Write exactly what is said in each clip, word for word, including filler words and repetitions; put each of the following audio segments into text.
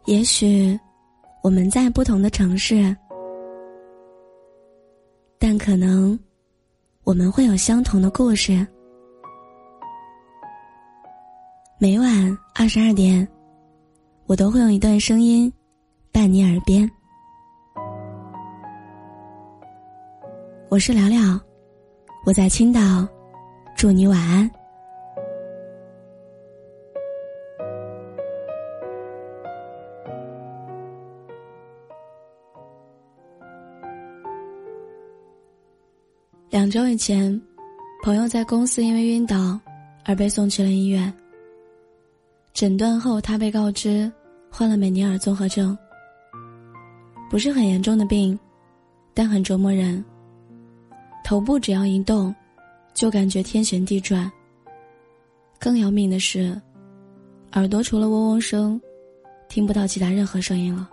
也许我们在不同的城市，但可能我们会有相同的故事。每晚二十二点，我都会用一段声音伴你耳边。我是聊聊，我在青岛，祝你晚安。两周以前，朋友在公司因为晕倒而被送去了医院。诊断后，他被告知患了美尼尔综合症，不是很严重的病，但很折磨人。头部只要一动，就感觉天旋地转。更要命的是，耳朵除了嗡嗡声，听不到其他任何声音了。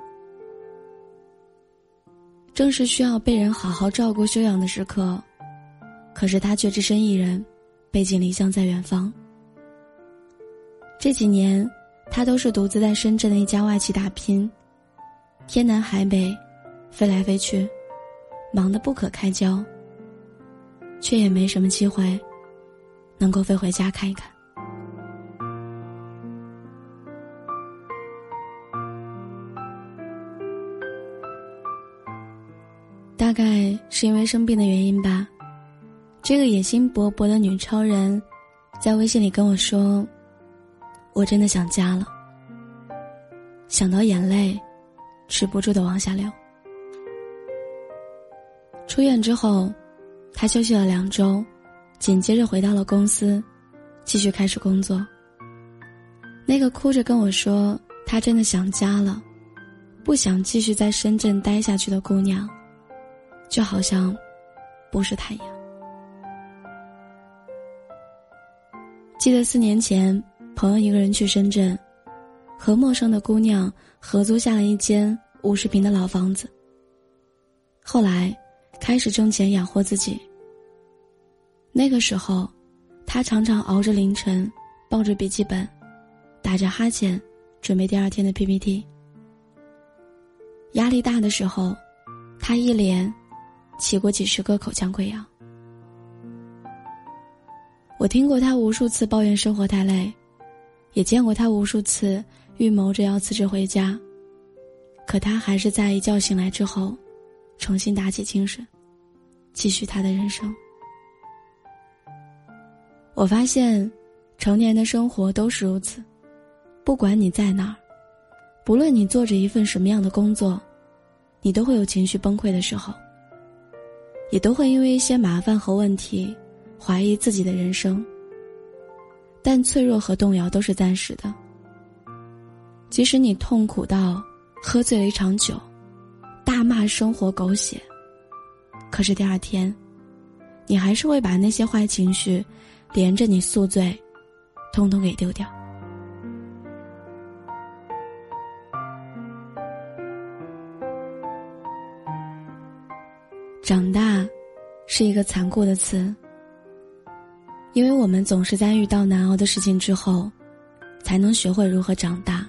正是需要被人好好照顾休养的时刻，可是他却只身一人，背井离乡在远方。这几年，他都是独自在深圳的一家外企打拼，天南海北，飞来飞去，忙得不可开交，却也没什么机会能够飞回家看一看。大概是因为生病的原因吧，这个野心勃勃的女超人在微信里跟我说，我真的想家了，想到眼泪止不住的往下流。出院之后，他休息了两周，紧接着回到了公司，继续开始工作。那个哭着跟我说她真的想家了，不想继续在深圳待下去的姑娘，就好像不是她一样。记得四年前，朋友一个人去深圳，和陌生的姑娘合租下了一间五十平的老房子。后来开始挣钱养活自己。那个时候，他常常熬着凌晨，抱着笔记本，打着哈欠，准备第二天的 P P T。 压力大的时候，他一连起过几十个口腔溃疡。我听过他无数次抱怨生活太累，也见过他无数次预谋着要辞职回家，可他还是在一觉醒来之后，重新打起精神，继续他的人生。我发现，成年人的生活都是如此，不管你在哪儿，不论你做着一份什么样的工作，你都会有情绪崩溃的时候，也都会因为一些麻烦和问题怀疑自己的人生。但脆弱和动摇都是暂时的，即使你痛苦到喝醉了一场酒，大骂生活狗血，可是第二天，你还是会把那些坏情绪连着你宿醉通通给丢掉。长大是一个残酷的词，因为我们总是在遇到难熬的事情之后，才能学会如何长大。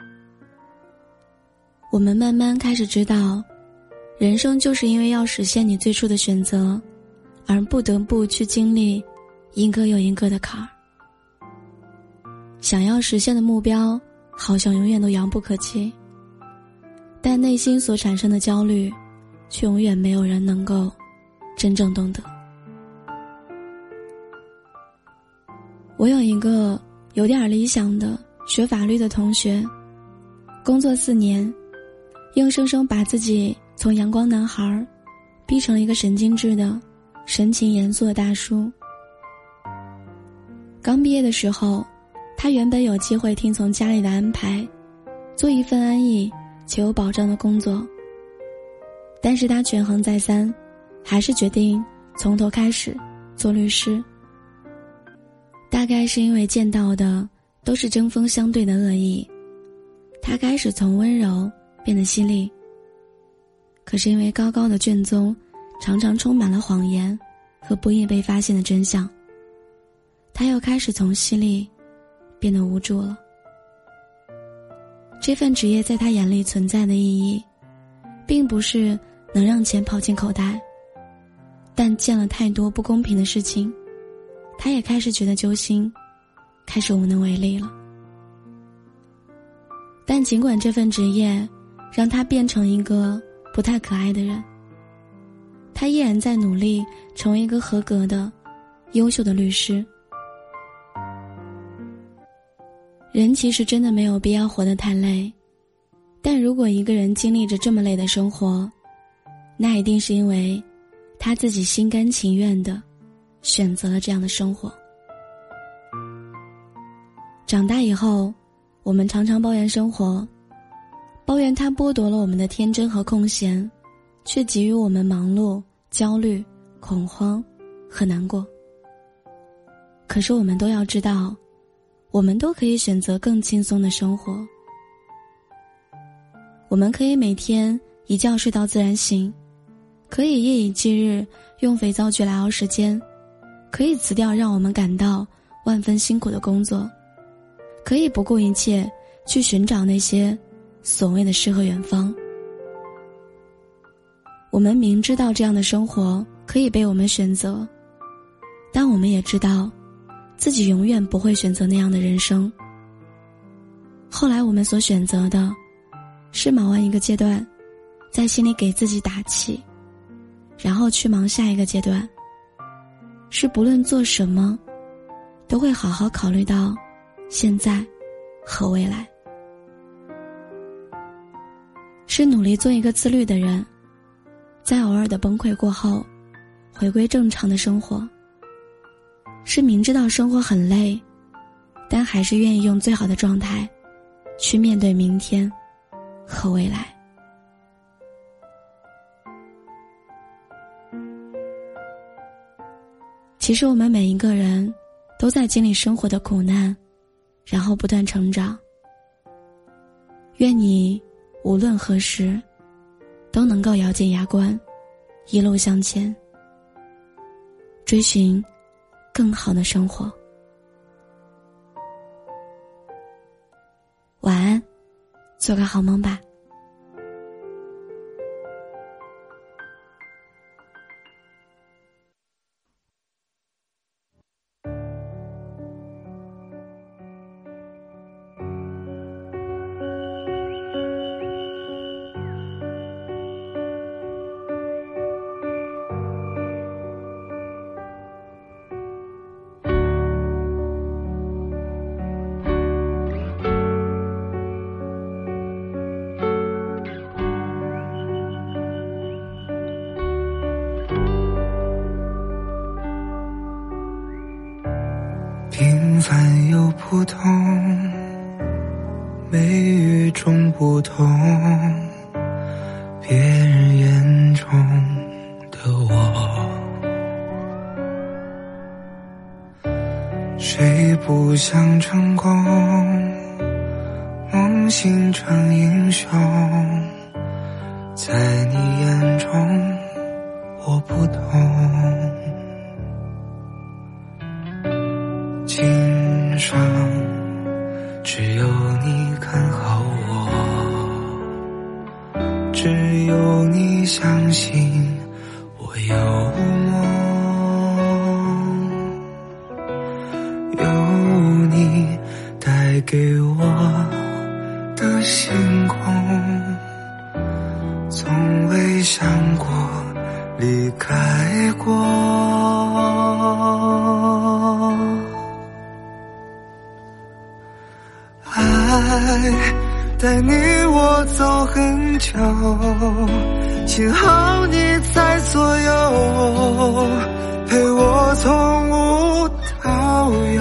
我们慢慢开始知道，人生就是因为要实现你最初的选择，而不得不去经历一个又一个的坎儿。想要实现的目标好像永远都遥不可及，但内心所产生的焦虑却永远没有人能够真正懂得。我有一个有点理想的学法律的同学，工作四年，硬生生把自己从阳光男孩逼成了一个神经质的神情严肃的大叔。刚毕业的时候，他原本有机会听从家里的安排，做一份安逸且有保障的工作，但是他权衡再三，还是决定从头开始做律师。大概是因为见到的都是针锋相对的恶意，他开始从温柔变得犀利。可是因为高高的卷宗常常充满了谎言和不易被发现的真相，他又开始从犀利变得无助了。 这份职业在他眼里存在的意义，并不是能让钱跑进口袋，但见了太多不公平的事情，他也开始觉得揪心，开始无能为力了。但尽管这份职业让他变成一个不太可爱的人，他依然在努力成为一个合格的、优秀的律师。人其实真的没有必要活得太累，但如果一个人经历着这么累的生活，那一定是因为他自己心甘情愿地选择了这样的生活。长大以后，我们常常抱怨生活，抱怨它剥夺了我们的天真和空闲，却给予我们忙碌、焦虑、恐慌和难过。可是我们都要知道，我们都可以选择更轻松的生活。我们可以每天一觉睡到自然醒，可以夜以继日用肥皂剧来熬时间，可以辞掉让我们感到万分辛苦的工作，可以不顾一切去寻找那些所谓的诗和远方。我们明知道这样的生活可以被我们选择，但我们也知道自己永远不会选择那样的人生。后来我们所选择的是忙完一个阶段，在心里给自己打气，然后去忙下一个阶段，是不论做什么都会好好考虑到现在和未来，是努力做一个自律的人，在偶尔的崩溃过后回归正常的生活，是明知道生活很累，但还是愿意用最好的状态去面对明天和未来。其实我们每一个人都在经历生活的苦难，然后不断成长。愿你无论何时都能够咬紧牙关，一路向前，追寻更好的生活。晚安，做个好梦吧。 平凡又普通，美与众不同，别人眼中的我，谁不想成功，梦醒成英雄，在你眼中我不同，今生只有你看好我，只有你相信我有梦，有你带给我的星空，从未想过离开过，爱带你我走很久，幸好你在左右，陪我从无到有。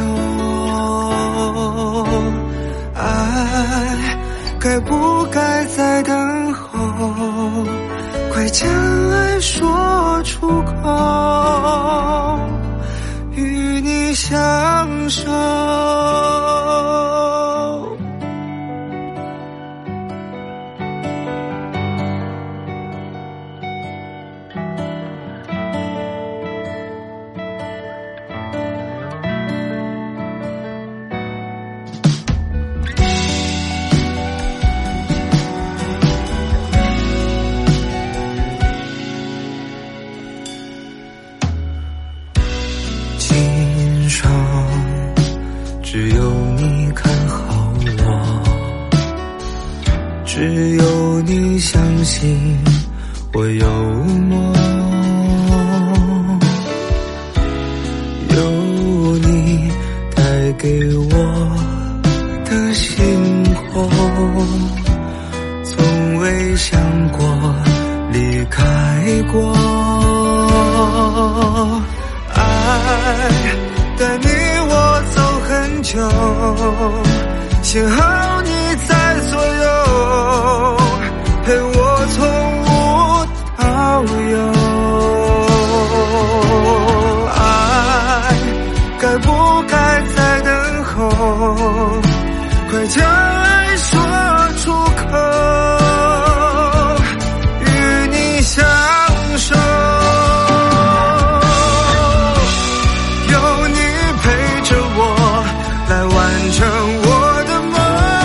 爱该不该再等候，快将爱说出口，与你相守。 只有你相信我有梦，有你带给我的星空，从未想过离开过。爱带你我走很久，幸好你在左右，陪我从无到有。爱该不该再等候，快将爱说出口，与你相守。有你陪着我来完成我的梦，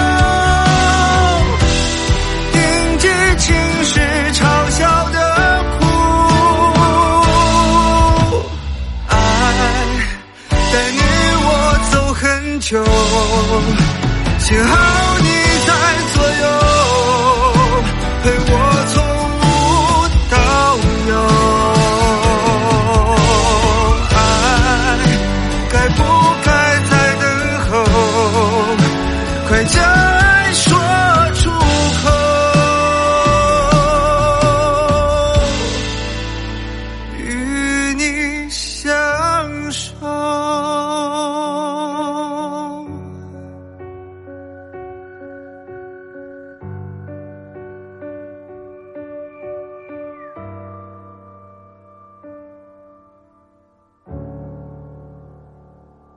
迎接晴时嘲笑的苦。爱带你我走很久，幸好